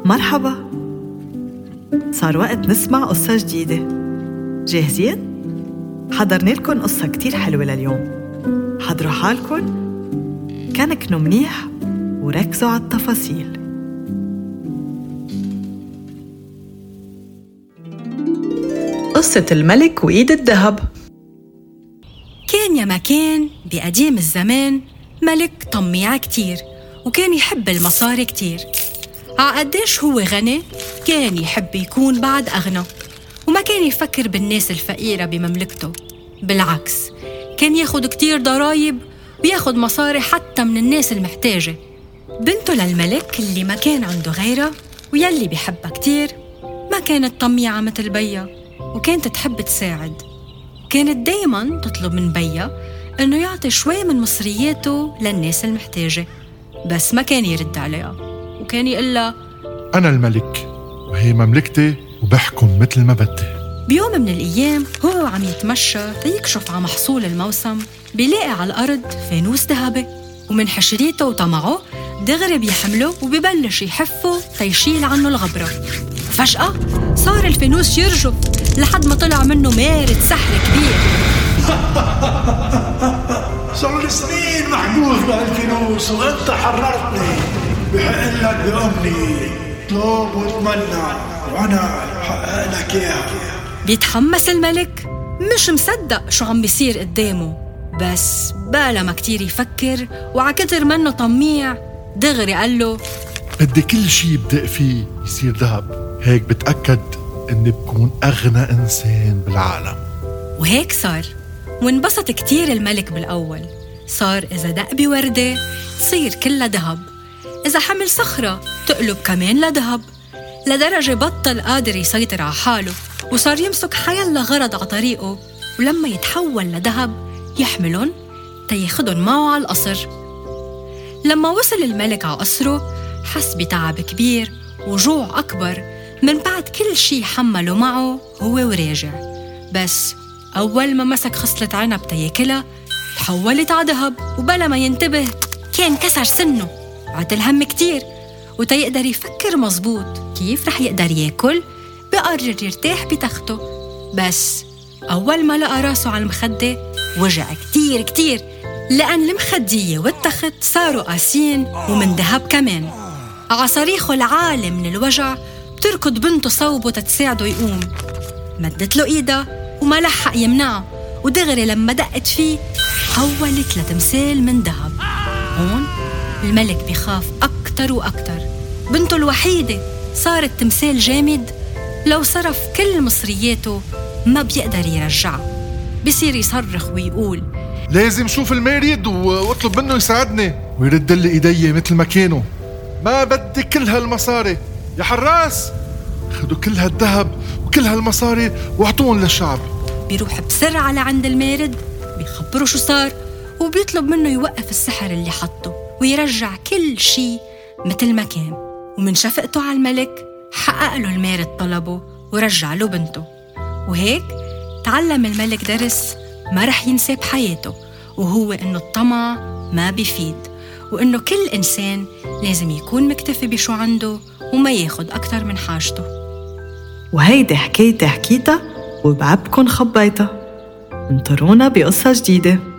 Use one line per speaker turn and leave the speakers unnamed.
مرحبا، صار وقت نسمع قصة جديدة. جاهزين؟ حضرنا لكم قصة كتير حلوة لليوم. حضروا حالكم، كنكنوا منيح وركزوا على التفاصيل. قصة الملك وإيد الذهب.
كان يا مكان بقديم الزمان ملك طميع كتير، وكان يحب المصاري كتير. عقديش هو غني كان يحب يكون بعد أغنى، وما كان يفكر بالناس الفقيرة بمملكته. بالعكس، كان ياخد كتير ضرايب وياخد مصاري حتى من الناس المحتاجة. بنته للملك اللي ما كان عنده غيرها ويلي بيحبها كتير ما كانت طميعة مثل بيها، وكانت تحب تساعد. كانت دايماً تطلب من بيها إنه يعطي شوي من مصرياته للناس المحتاجة، بس ما كان يرد عليها، وكان يقلها
أنا الملك وهي مملكتي وبحكم مثل ما بدي.
بيوم من الأيام هو عم يتمشى تيكشف على محصول الموسم، بيلاقي على الأرض فانوس ذهبي، ومن حشريته وطمعه دغري بيحمله وبيبلش يحفه تيشيل عنه الغبرة. فجأة صار الفانوس يرجف لحد ما طلع منه مارد سحر كبير.
صار لي سنين محبوس بهالفانوس وانت حررتني. بحق لك بأمني، اطلب واتمنى وانا حقق لك اياها.
بيتحمس الملك، مش مصدق شو عم بيصير قدامه، بس بالا ما كتير يفكر وعكتر منه طميع دغري قال له
بدي كل شي بدق فيه يصير ذهب، هيك بتأكد اني بكون أغنى إنسان بالعالم.
وهيك صار، وانبسط كتير الملك بالأول. صار إذا دق بوردة تصير كلها ذهب، إذا حمل صخرة تقلب كمان لذهب، لدرجة بطل قادر يسيطر على حاله، وصار يمسك حيلا غرض على طريقه، ولما يتحول لذهب يحملن تياخدن معه على القصر. لما وصل الملك على قصره حس بتعب كبير وجوع أكبر من بعد كل شي حمله معه هو وراجع. بس أول ما مسك خصلة عنب تياكلها تحولت على ذهب، وبلا ما ينتبه كان كسر سنه. عطل هم كتير وتيقدر يفكر مزبوط كيف رح يقدر ياكل، بقرر يرتاح بتخته. بس أول ما لقى راسه على المخدة وجع كتير كتير، لأن المخدية والتخت صاروا قاسين ومن ذهب كمان. عصريخه العالي من الوجع بتركض بنته صوبه تتساعده يقوم. مدت له إيدها وما لحق يمنعه، ودغري لما دقت فيه حولت لتمثال من ذهب. هون الملك بيخاف أكتر وأكتر. بنته الوحيدة صارت تمثال جامد، لو صرف كل مصرياته ما بيقدر يرجعه. بيصير يصرخ ويقول
لازم شوف المارد واطلب منه يساعدني ويرد لي ايدي مثل ما كانوا. ما بدي كل هالمصاري يا حراس، خدوا كل هالذهب وكل هالمصاري واعطوهم للشعب.
بيروح بسرعة لعند المارد، بيخبره شو صار، وبيطلب منه يوقف السحر اللي حطه ويرجع كل شي مثل ما كان. ومن شفقته على الملك حقق له المارد طلبه ورجع له بنته. وهيك تعلم الملك درس ما رح ينسى بحياته، وهو إنه الطمع ما بيفيد، وإنه كل إنسان لازم يكون مكتفي بشو عنده وما ياخد أكتر من حاجته.
وهيدي حكايتي حكيتها وبعبكن خبيتها. انطرونا بقصة جديدة.